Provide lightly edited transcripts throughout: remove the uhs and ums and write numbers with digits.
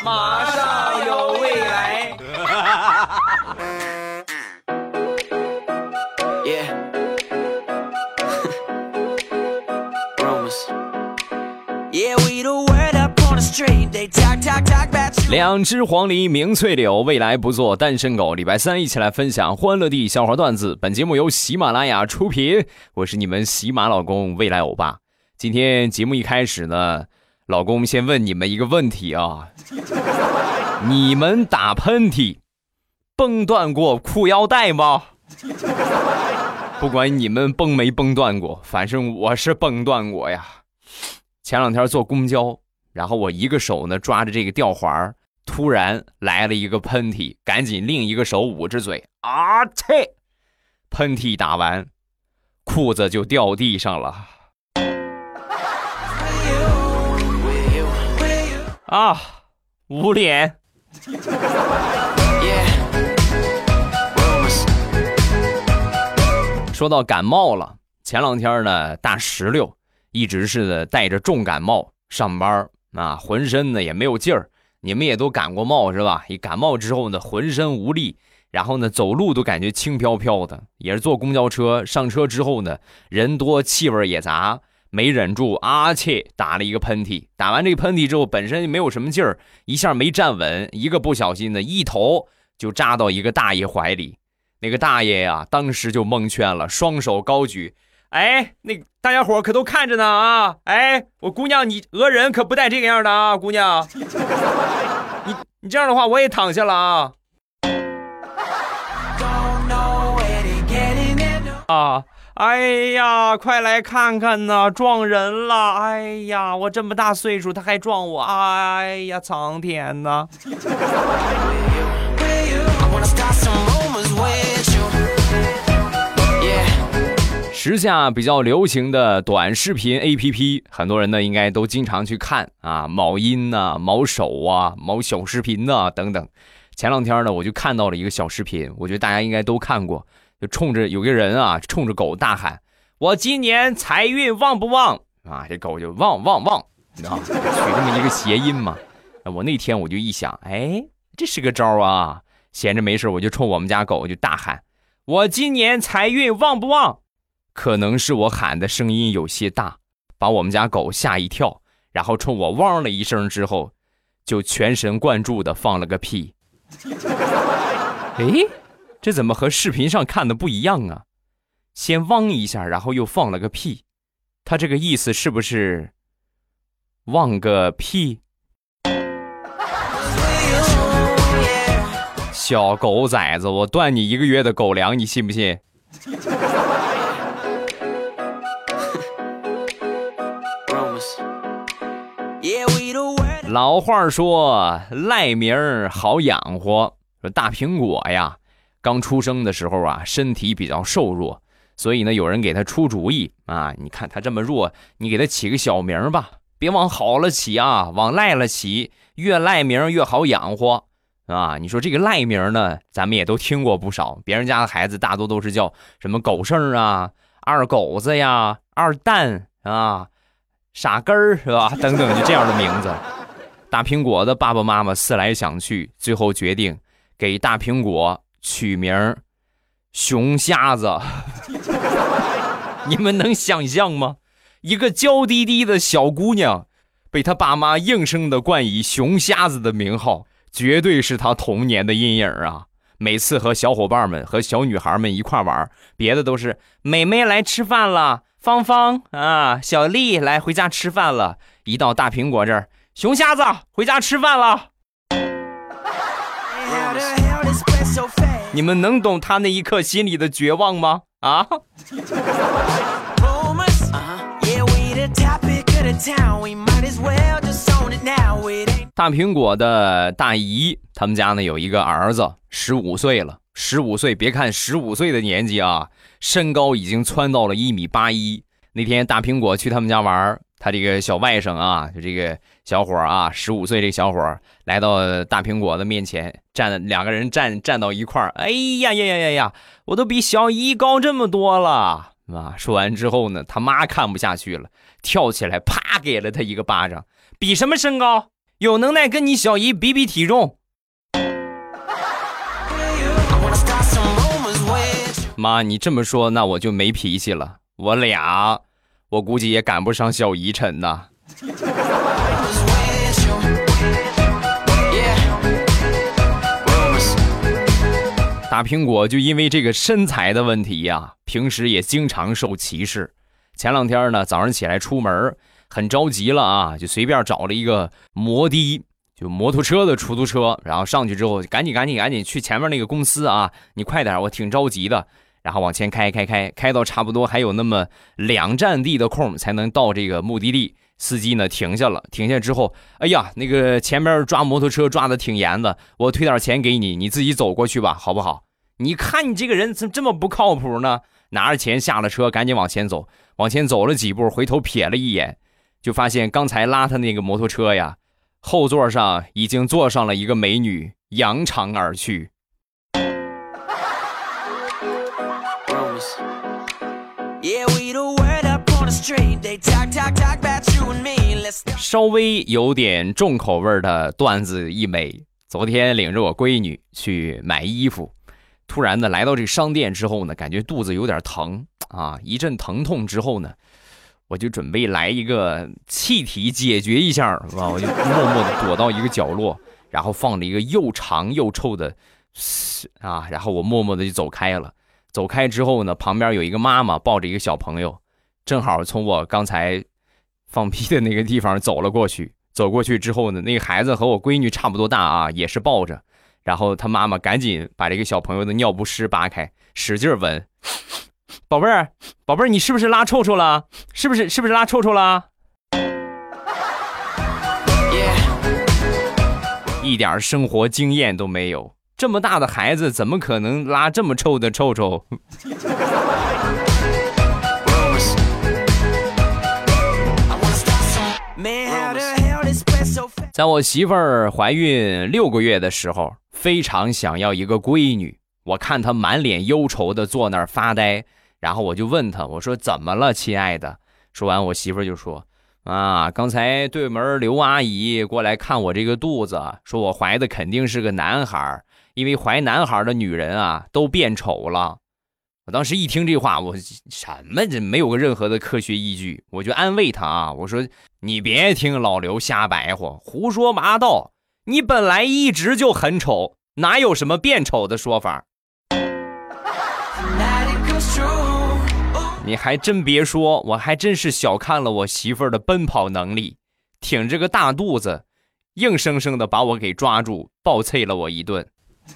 马上有未来。 两只黄鹂鸣翠柳，未来不做单身狗。礼拜三一起来分享欢乐地笑话段子。本节目由喜马拉雅出品，我是你们喜马老公未来欧巴。今天节目一开始呢，老公先问你们一个问题啊，你们打喷嚏崩断过裤腰带吗？不管你们崩没崩断过，反正我是崩断过呀。前两天坐公交，然后我一个手呢抓着这个吊环，突然来了一个喷嚏，赶紧另一个手捂着嘴，啊切！喷嚏打完，裤子就掉地上了。啊，捂脸。说到感冒了，前两天呢，大16一直是带着重感冒上班啊，浑身呢也没有劲儿。你们也都感过冒是吧？一感冒之后呢，浑身无力，然后呢走路都感觉轻飘飘的。也是坐公交车，上车之后呢，人多气味也杂，没忍住啊切打了一个喷嚏。打完这个喷嚏之后，本身没有什么劲儿，一下没站稳，一个不小心呢，一头就扎到一个大爷怀里。那个大爷呀，当时就蒙圈了，双手高举。哎，那大家伙可都看着呢啊！哎，我姑娘，你讹人可不带这个样的啊，姑娘。你这样的话，我也躺下了啊！啊，哎呀，快来看看呐，撞人了！哎呀，我这么大岁数，他还撞我！哎呀，苍天呐！时下比较流行的短视频 APP， 很多人呢应该都经常去看啊，某音啊、某手啊、某小视频啊等等。前两天呢，我就看到了一个小视频，我觉得大家应该都看过，就冲着有个人啊，冲着狗大喊：“我今年财运旺不旺？”啊，这狗就旺旺旺，你知道吗？取这么一个谐音嘛。我那天我就一想，哎，这是个招啊！闲着没事，我就冲我们家狗就大喊：“我今年财运旺不旺？”可能是我喊的声音有些大，把我们家狗吓一跳，然后冲我汪了一声之后，就全神贯注的放了个屁。诶，这怎么和视频上看的不一样啊？先汪一下，然后又放了个屁，他这个意思是不是忘个屁？小狗崽子，我断你1个月的狗粮，你信不信？老话说赖名好养活，说大苹果呀刚出生的时候啊身体比较瘦弱，所以呢有人给他出主意啊，你看他这么弱，你给他起个小名吧，别往好了起啊，往赖了起，越赖名越好养活啊。你说这个赖名呢咱们也都听过不少，别人家的孩子大多都是叫什么狗剩啊、二狗子呀、二蛋啊、傻根儿是吧？等等，就这样的名字。大苹果的爸爸妈妈思来想去，最后决定给大苹果取名熊瞎子。你们能想象吗？一个娇滴滴的小姑娘被她爸妈硬生的冠以熊瞎子的名号，绝对是她童年的阴影啊。每次和小伙伴们和小女孩们一块玩，别的都是妹妹来吃饭了，芳芳啊，小丽来回家吃饭了，一到大苹果这儿，熊瞎子回家吃饭了。你们能懂他那一刻心里的绝望吗？啊？大苹果的大姨他们家呢有一个儿子15岁了，15岁，别看15岁的年纪啊，身高已经蹿到了1.81米。那天大苹果去他们家玩，他这个小外甥啊，就这个小伙啊，15岁这个小伙来到大苹果的面前，两个人站到一块儿，哎呀呀呀呀呀，我都比小姨高这么多了啊！说完之后呢，他妈看不下去了，跳起来啪给了他一个巴掌，比什么身高？ 有能耐跟你小姨比比体重。妈，你这么说，那我就没脾气了。我估计也赶不上小姨晨呐。大苹果就因为这个身材的问题呀，平时也经常受歧视。前2天呢，早上起来出门很着急了啊，就随便找了一个摩的，就摩托车的出租车，然后上去之后赶紧去前面那个公司啊，你快点，我挺着急的。然后往前开到差不多还有那么2站地的空才能到这个目的地。司机呢停下之后，哎呀，那个前面抓摩托车抓的挺严的，我退点钱给你，你自己走过去吧，好不好？你看你这个人怎么这么不靠谱呢？拿着钱下了车，赶紧往前走了几步，回头瞥了一眼，就发现刚才拉他那个摩托车呀，后座上已经坐上了一个美女，扬长而去。稍微有点重口味的段子一枚。昨天领着我闺女去买衣服，突然呢来到这商店之后呢，感觉肚子有点疼啊，一阵疼痛之后呢，我就准备来一个气体解决一下啊，我就默默的躲到一个角落，然后放了一个又长又臭的啊，然后我默默的就走开了。走开之后呢，旁边有一个妈妈抱着一个小朋友，正好从我刚才放屁的那个地方走过去之后呢，那个孩子和我闺女差不多大啊，也是抱着，然后他妈妈赶紧把这个小朋友的尿不湿扒开，使劲闻，宝贝儿，你是不是拉臭臭了？是不是拉臭臭了？一点生活经验都没有，这么大的孩子怎么可能拉这么臭的臭臭？在我媳妇儿怀孕6个月的时候，非常想要一个闺女。我看她满脸忧愁的坐那儿发呆，然后我就问她，我说怎么了亲爱的？说完我媳妇儿就说啊，刚才对门刘阿姨过来看我这个肚子，说我怀的肯定是个男孩，因为怀男孩的女人啊都变丑了。我当时一听这话，我什么这没有个任何的科学依据，我就安慰他啊，我说你别听老刘瞎白话，胡说八道，你本来一直就很丑，哪有什么变丑的说法？你还真别说，我还真是小看了我媳妇儿的奔跑能力，挺着个大肚子，硬生生的把我给抓住，暴啐了我一顿。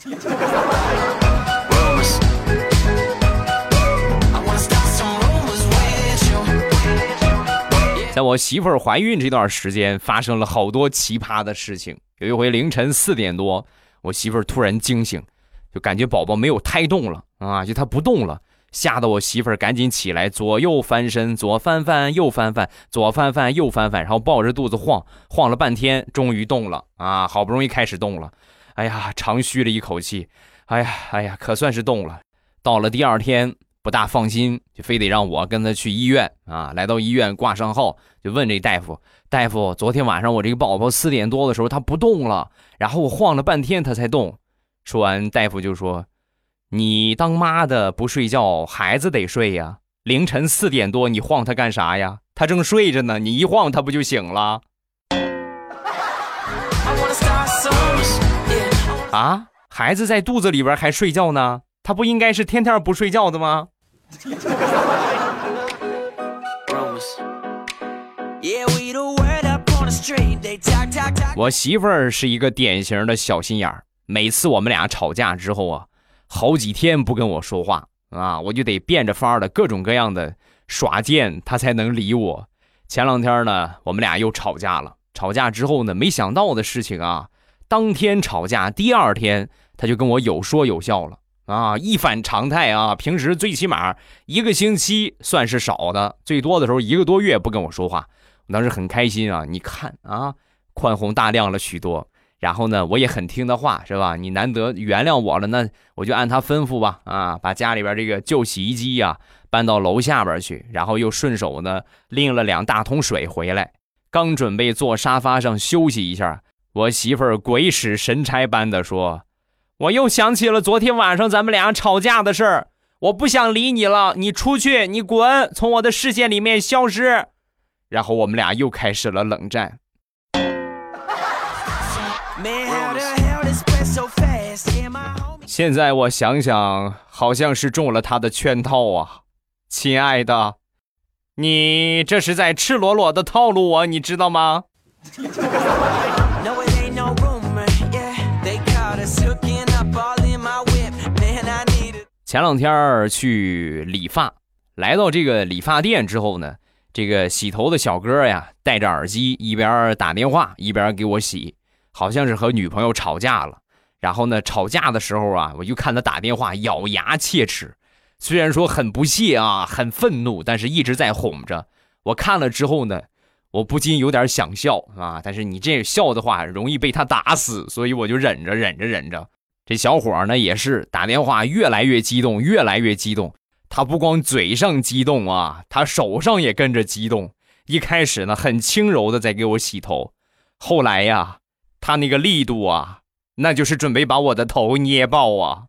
在我媳妇儿怀孕这段时间，发生了好多奇葩的事情。有一回凌晨4点多，我媳妇儿突然惊醒，就感觉宝宝没有胎动了啊，就她不动了，吓得我媳妇儿赶紧起来，左右翻身，左翻翻右翻翻，左翻翻右翻翻，然后抱着肚子晃了半天，终于动了啊，好不容易开始动了。哎呀，长吁了一口气，哎呀，可算是动了。到了第2天不大放心，就非得让我跟他去医院啊。来到医院挂上号，就问这大夫，昨天晚上我这个宝宝4点多的时候他不动了，然后我晃了半天他才动。说完大夫就说，你当妈的不睡觉，孩子得睡呀，凌晨4点多你晃他干啥呀？他正睡着呢，你一晃他不就醒了？啊，孩子在肚子里边还睡觉呢，他不应该是天天不睡觉的吗？我媳妇儿是一个典型的小心眼儿，每次我们俩吵架之后啊，好几天不跟我说话啊，我就得变着法儿的各种各样的耍贱，她才能理我。前2天呢，我们俩又吵架了，吵架之后呢，没想到的事情啊，当天吵架，第2天他就跟我有说有笑了啊，一反常态啊，平时最起码1个星期算是少的，最多的时候1个多月不跟我说话。我当时很开心啊，你看啊，宽宏大量了许多。然后呢，我也很听他话，是吧？你难得原谅我了，那我就按他吩咐吧啊，把家里边这个旧洗衣机啊搬到楼下边去，然后又顺手呢拎了2大桶水回来，刚准备坐沙发上休息一下， 我媳妇儿鬼使神差般的说，我又想起了昨天晚上咱们俩吵架的事儿，我不想理你了，你出去，你滚，从我的视线里面消失。然后我们俩又开始了冷战。现在我想想，好像是中了他的圈套啊。亲爱的，你这是在赤裸裸的套路我，你知道吗？前两天去理发，来到这个理发店之后呢，这个洗头的小哥呀，戴着耳机，一边打电话一边给我洗，好像是和女朋友吵架了。然后呢，吵架的时候啊，我就看他打电话咬牙切齿，虽然说很不屑啊，很愤怒，但是一直在哄着。我看了之后呢，我不禁有点想笑啊，但是你这笑的话容易被他打死，所以我就忍着。这小伙呢也是打电话越来越激动，他不光嘴上激动啊，他手上也跟着激动。一开始呢很轻柔的在给我洗头，后来呀，他那个力度啊，那就是准备把我的头捏爆啊。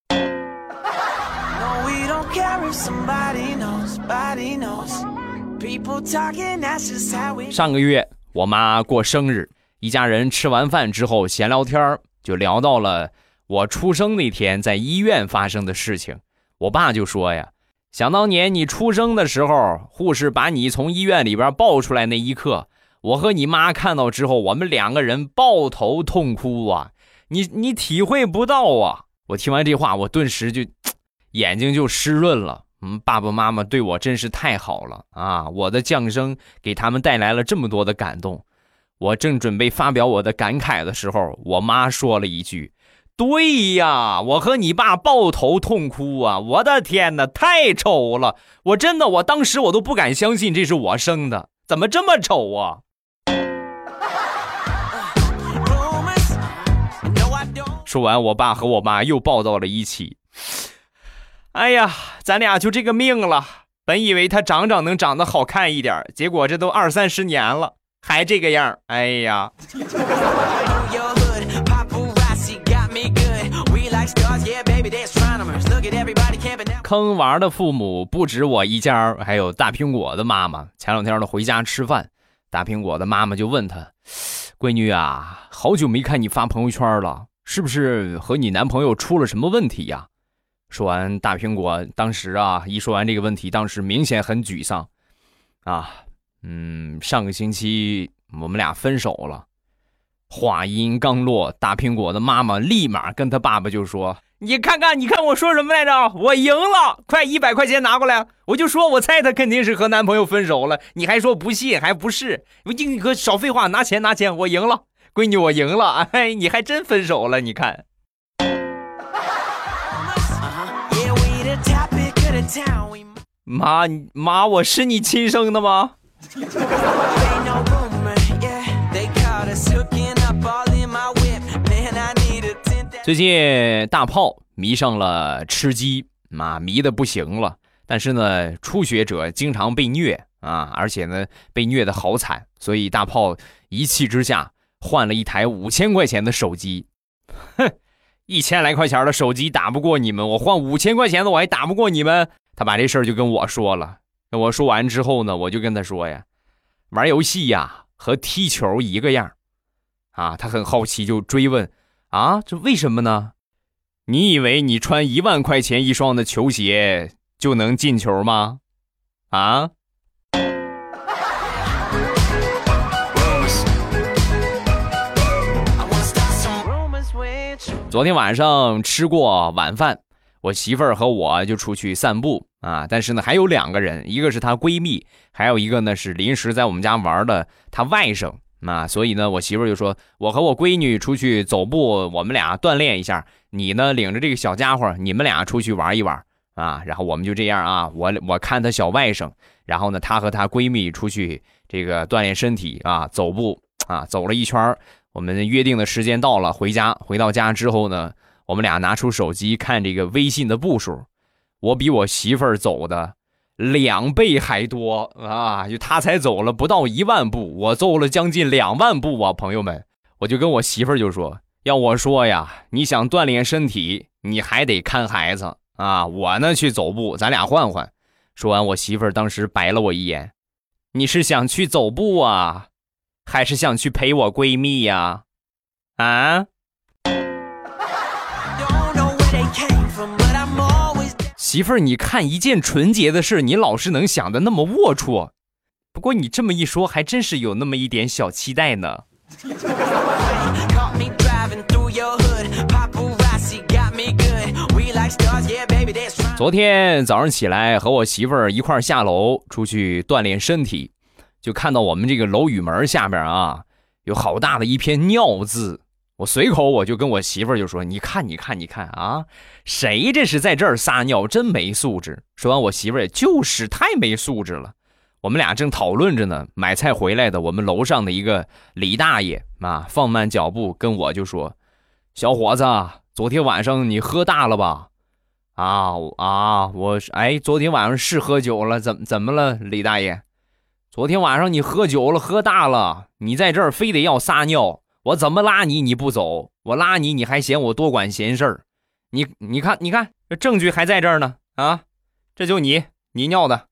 上个月我妈过生日，一家人吃完饭之后闲聊天，就聊到了我出生那天在医院发生的事情。我爸就说呀，想当年你出生的时候，护士把你从医院里边抱出来那一刻，我和你妈看到之后，我们两个人抱头痛哭啊，你体会不到啊。我听完这话，我顿时就眼睛就湿润了。爸爸妈妈对我真是太好了啊！我的降生给他们带来了这么多的感动。我正准备发表我的感慨的时候，我妈说了一句，对呀，我和你爸抱头痛哭啊！我的天哪，太丑了！我当时我都不敢相信这是我生的，怎么这么丑啊？说完，我爸和我妈又抱到了一起。哎呀，咱俩就这个命了。本以为他长能长得好看一点，结果这都20-30年了，还这个样。哎呀，坑娃的父母不止我一家，还有大苹果的妈妈。前两天呢回家吃饭，大苹果的妈妈就问他，闺女啊，好久没看你发朋友圈了，是不是和你男朋友出了什么问题呀？说完，大苹果当时啊，一说完这个问题，当时明显很沮丧啊。上个星期我们俩分手了。话音刚落，大苹果的妈妈立马跟他爸爸就说，你看我说什么来着？我赢了，快100块钱拿过来。我就说我猜他肯定是和男朋友分手了，你还说不信，还不是？你可少废话，拿钱，我赢了，闺女我赢了，哎，你还真分手了，你看。妈，我是你亲生的吗？最近大炮迷上了吃鸡，迷得不行了。但是呢，初学者经常被虐啊，而且呢被虐得好惨，所以大炮一气之下换了一台5000块钱的手机。哼，1000来块钱的手机打不过你们，我换5000块钱的我还打不过你们。他把这事儿就跟我说了，跟我说完之后呢，我就跟他说呀，玩游戏呀和踢球一个样啊。他很好奇就追问啊，这为什么呢？你以为你穿1万块钱一双的球鞋就能进球吗？啊？昨天晚上吃过晚饭，我媳妇儿和我就出去散步啊，但是呢还有2个人，一个是她闺蜜，还有一个呢是临时在我们家玩的她外甥啊，所以呢我媳妇儿就说，我和我闺女出去走步，我们俩锻炼一下，你呢领着这个小家伙，你们俩出去玩一玩啊。然后我们就这样啊，我看她小外甥，然后呢她和她闺蜜出去这个锻炼身体啊，走步啊，走了一圈，我们约定的时间到了，回到家之后呢，我们俩拿出手机看这个微信的步数，我比我媳妇儿走的2倍还多啊！就她才走了不到1万步，我走了将近2万步啊！朋友们， 我就跟我媳妇儿就说，要我说呀，你想锻炼身体，你还得看孩子啊，我呢去走步，咱俩换换。说完，我媳妇儿当时白了我一眼，你是想去走步啊，还是想去陪我闺蜜呀？啊？媳妇儿，你看一件纯洁的事，你老是能想的那么龌龊。不过你这么一说，还真是有那么一点小期待呢。昨天早上起来和我媳妇儿一块儿下楼出去锻炼身体，就看到我们这个楼宇门下边啊有好大的一片尿渍。我随口我就跟我媳妇儿就说，你看啊，谁这是在这儿撒尿，真没素质。说完，我媳妇儿也就是太没素质了。我们俩正讨论着呢，买菜回来的我们楼上的一个李大爷啊，放慢脚步跟我就说，小伙子，昨天晚上你喝大了吧？我昨天晚上是喝酒了，怎么了，李大爷？昨天晚上你喝酒了，喝大了，你在这儿非得要撒尿，我怎么拉你不走，我拉你还嫌我多管闲事儿。你看这证据还在这儿呢啊，这就你尿的。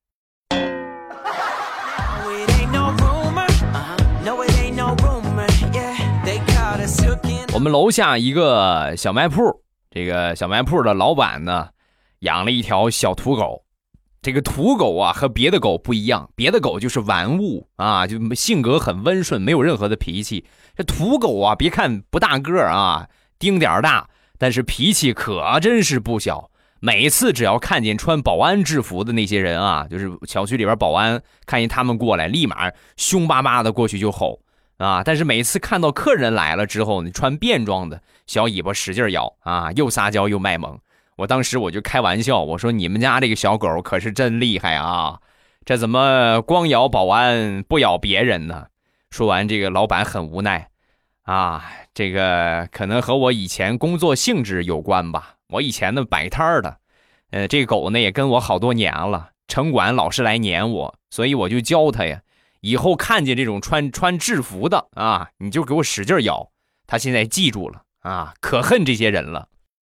我们楼下一个小卖铺，这个小卖铺的老板呢养了一条小土狗。这个土狗啊和别的狗不一样，别的狗就是玩物啊，就性格很温顺，没有任何的脾气。这土狗啊，别看不大个啊，丁点大，但是脾气可真是不小。每次只要看见穿保安制服的那些人啊，就是小区里边保安，看见他们过来，立马凶巴巴的过去就吼啊。但是每次看到客人来了之后，你穿便装的，小尾巴使劲摇啊，又撒娇又卖萌。我当时我就开玩笑，我说你们家这个小狗可是真厉害啊，这怎么光咬保安不咬别人呢？说完，这个老板很无奈啊，这个可能和我以前工作性质有关吧。我以前呢摆摊的，这个狗呢也跟我好多年了，城管老是来撵我，所以我就教它呀，以后看见这种穿制服的啊，你就给我使劲咬。它现在记住了啊，可恨这些人了。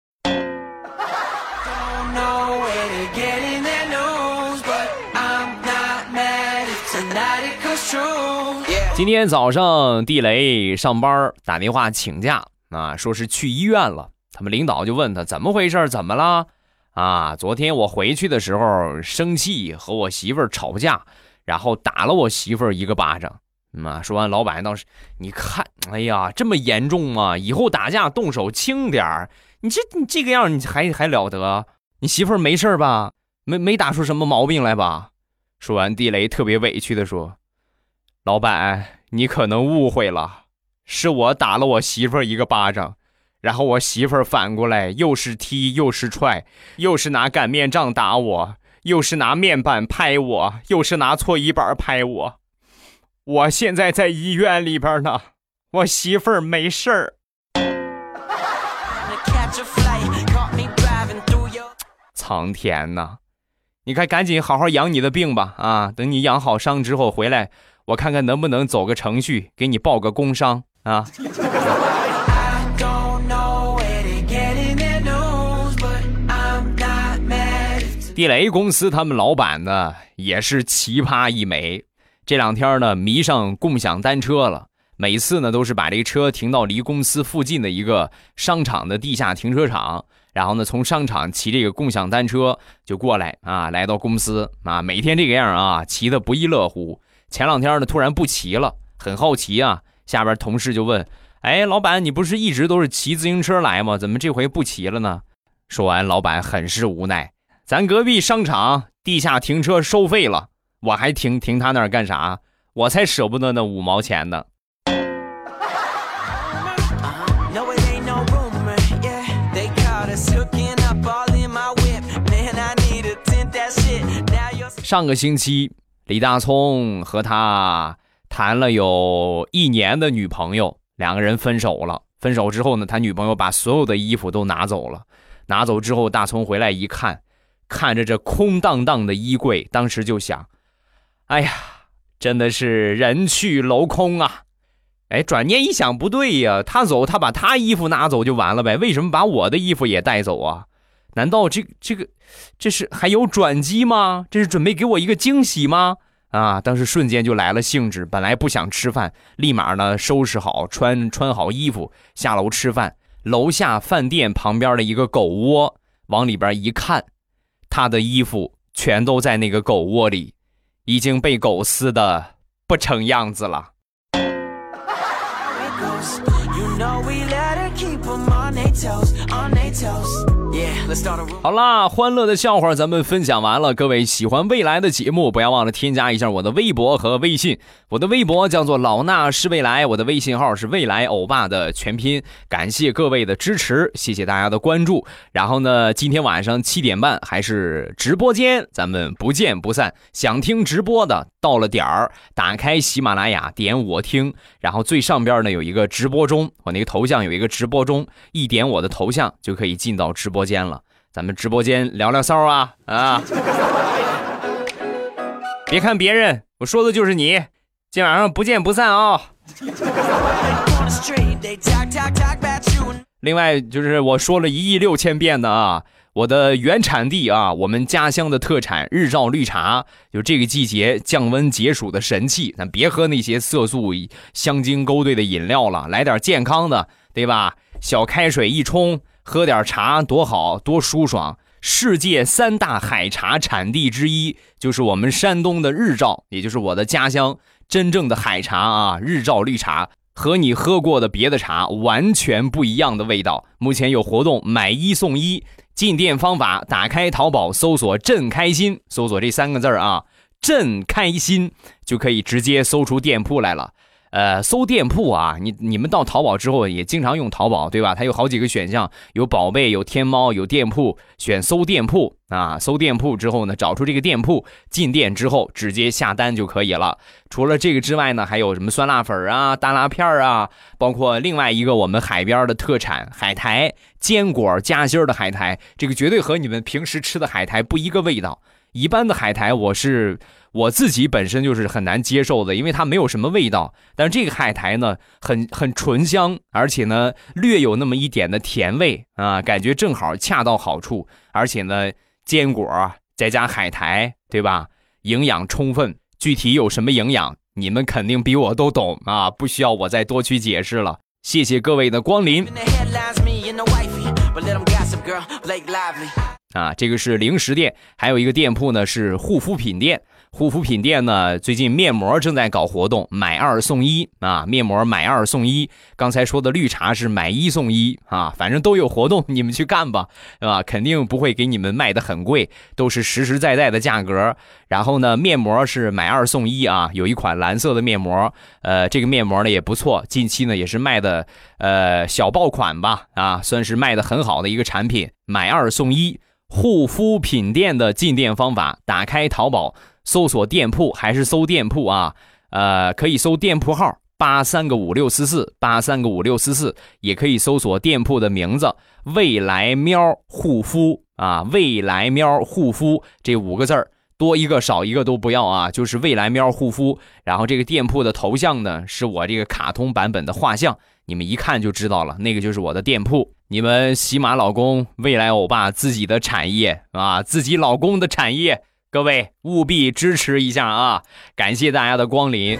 今天早上地雷上班打电话请假啊，说是去医院了。他们领导就问他怎么回事，怎么了啊？昨天我回去的时候生气，和我媳妇儿吵架，然后打了我媳妇儿一个巴掌。说完，老板当时你看，哎呀，这么严重吗？以后打架动手轻点儿。你这个样，你还了得？你媳妇儿没事吧？没打出什么毛病来吧？说完，地雷特别委屈的说，老板，你可能误会了，是我打了我媳妇儿一个巴掌，然后我媳妇儿反过来又是踢又是踹，又是拿擀面杖打我，又是拿面板拍我，又是拿搓衣板拍我。我现在在医院里边呢，我媳妇儿没事儿。苍天呐，你看赶紧好好养你的病吧啊！等你养好伤之后回来，我看看能不能走个程序，给你报个工伤啊！地雷公司他们老板呢也是奇葩一枚，这两天呢迷上共享单车了，每次呢都是把这个车停到离公司附近的一个商场的地下停车场，然后呢从商场骑这个共享单车就过来啊，来到公司啊，每天这个样啊，骑得不亦乐乎。前两天呢突然不骑了，很好奇啊，下边同事就问，哎，老板，你不是一直都是骑自行车来吗？怎么这回不骑了呢？说完，老板很是无奈，咱隔壁商场地下停车收费了，我还停他那儿干啥？我才舍不得那5毛钱呢。上个星期李大聪和他谈了有1年的女朋友，两个人分手了。分手之后呢，他女朋友把所有的衣服都拿走了。拿走之后，大聪回来一看，看着这空荡荡的衣柜，当时就想，哎呀，真的是人去楼空啊， 哎，转念一想不对呀，他走他把他衣服拿走就完了呗，为什么把我的衣服也带走啊？难道这是还有转机吗？这是准备给我一个惊喜吗？啊！当时瞬间就来了兴致，本来不想吃饭，立马呢收拾好穿好衣服下楼吃饭。楼下饭店旁边的一个狗窝，往里边一看，他的衣服全都在那个狗窝里，已经被狗撕的不成样子了。好啦，欢乐的笑话咱们分享完了，各位喜欢未来的节目，不要忘了添加一下我的微博和微信。我的微博叫做老衲是未来，我的微信号是未来欧巴的全拼。感谢各位的支持，谢谢大家的关注。然后呢，今天晚上7点半还是直播间，咱们不见不散。想听直播的，到了点儿打开喜马拉雅，点我听，然后最上边呢有一个直播中，我那个头像有一个直播中，一点我的头像就可以进到直播间了。咱们直播间聊聊骚啊！别看别人，我说的就是你。今晚上不见不散啊！另外就是我说了1亿6000遍的啊，我的原产地啊，我们家乡的特产日照绿茶，就这个季节降温解暑的神器。咱别喝那些色素香精勾兑的饮料了，来点健康的，对吧？小开水一冲，喝点茶多好，多舒爽。世界3大海茶产地之一就是我们山东的日照，也就是我的家乡，真正的海茶啊，日照绿茶和你喝过的别的茶完全不一样的味道。目前有活动买1送1，进店方法打开淘宝搜索朕开心，搜索这3个字啊，朕开心就可以直接搜出店铺来了。搜店铺啊，你们到淘宝之后也经常用淘宝，对吧？它有好几个选项，有宝贝，有天猫，有店铺，选搜店铺啊。搜店铺之后呢，找出这个店铺，进店之后直接下单就可以了。除了这个之外呢，还有什么酸辣粉啊、大辣片啊，包括另外一个我们海边的特产海苔，坚果夹心的海苔，这个绝对和你们平时吃的海苔不一个味道。一般的海苔我自己本身就是很难接受的，因为它没有什么味道。但是这个海苔呢，很醇香，而且呢略有那么一点的甜味啊，感觉正好恰到好处。而且呢，坚果再加海苔，对吧？营养充分。具体有什么营养，你们肯定比我都懂啊，不需要我再多去解释了。谢谢各位的光临。啊，这个是零食店，还有一个店铺呢是护肤品店。护肤品店呢，最近面膜正在搞活动，买2送1啊，面膜买2送1。刚才说的绿茶是买1送1啊，反正都有活动，你们去干吧，对吧？肯定不会给你们卖的很贵，都是实实在在的价格。然后呢，面膜是买2送1啊，有一款蓝色的面膜，这个面膜呢也不错，近期呢也是卖的小爆款吧，啊，算是卖的很好的一个产品，买2送1。护肤品店的进店方法，打开淘宝搜索店铺，还是搜店铺啊？可以搜店铺号83个5644，83个5644，也可以搜索店铺的名字未来喵护肤啊，未来喵护肤这5个字儿，多一个少一个都不要啊，就是未来喵护肤。然后这个店铺的头像呢，是我这个卡通版本的画像，你们一看就知道了，那个就是我的店铺。你们喜马老公未来欧巴自己的产业啊，自己老公的产业，各位务必支持一下啊！感谢大家的光临。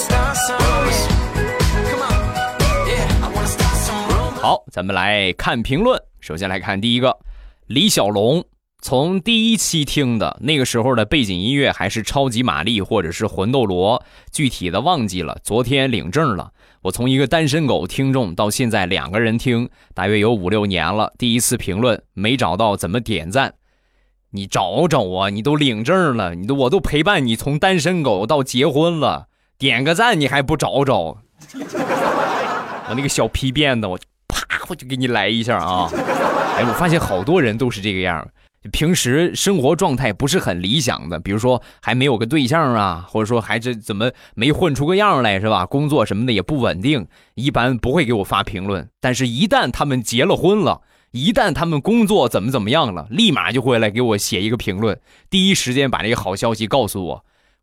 好，咱们来看评论。首先来看第一个，李小龙。从第1期听的那个时候的背景音乐还是超级玛丽或者是魂斗罗，具体的忘记了，昨天领证了。我从一个单身狗听众到现在2个人听，大约有5、6年了。第一次评论没找到怎么点赞，你找找啊！你都领证了，我都陪伴你从单身狗到结婚了，点个赞你还不找找？我那个小皮鞭子，我就给你来一下啊！哎，我发现好多人都是这个样。平时生活状态不是很理想的，比如说还没有个对象啊，或者说还是怎么没混出个样来，是吧？工作什么的也不稳定，一般不会给我发评论。但是一旦他们结了婚了，一旦他们工作怎么样了，立马就会来给我写一个评论，第一时间把这个好消息告诉我。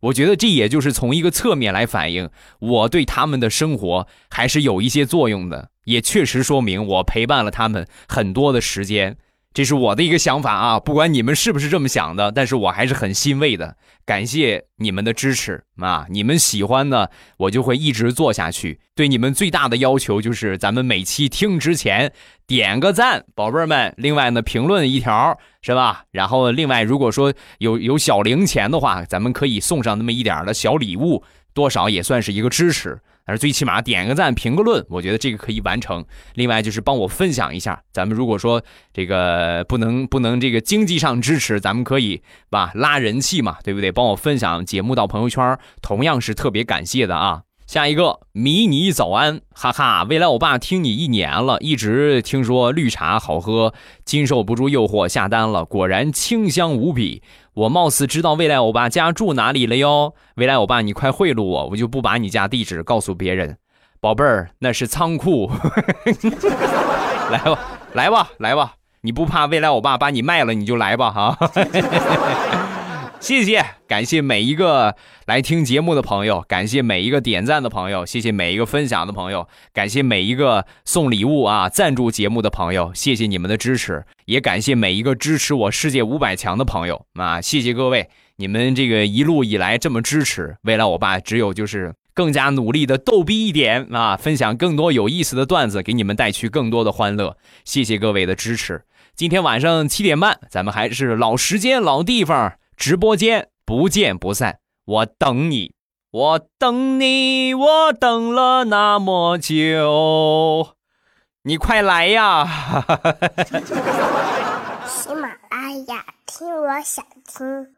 我觉得这也就是从一个侧面来反映我对他们的生活还是有一些作用的，也确实说明我陪伴了他们很多的时间。这是我的一个想法啊，不管你们是不是这么想的，但是我还是很欣慰的，感谢你们的支持啊！你们喜欢呢，我就会一直做下去。对你们最大的要求就是咱们每期听之前点个赞，宝贝儿们。另外呢，评论一条是吧？然后另外如果说有小零钱的话，咱们可以送上那么一点的小礼物，多少也算是一个支持。但是最起码点个赞评个论，我觉得这个可以完成。另外就是帮我分享一下，咱们如果说这个不能这个经济上支持，咱们可以吧拉人气嘛，对不对？帮我分享节目到朋友圈，同样是特别感谢的啊。下一个迷你早安，哈哈，未来欧巴听你1年了，一直听说绿茶好喝，经受不住诱惑下单了，果然清香无比。我貌似知道未来欧巴家住哪里了哟，未来欧巴你快贿赂我，我就不把你家地址告诉别人。宝贝儿，那是仓库。来吧来吧来吧，你不怕未来欧巴把你卖了你就来吧哈。谢谢，感谢每一个来听节目的朋友，感谢每一个点赞的朋友，谢谢每一个分享的朋友，感谢每一个送礼物啊赞助节目的朋友，谢谢你们的支持，也感谢每一个支持我世界500强的朋友啊，谢谢各位，你们这个一路以来这么支持，未来我爸只有就是更加努力的逗逼一点啊，分享更多有意思的段子，给你们带去更多的欢乐，谢谢各位的支持。今天晚上7点半，咱们还是老时间老地方。直播间不见不散，我等你，我等你，我等了那么久，你快来呀！ 喜马拉雅，听我想听。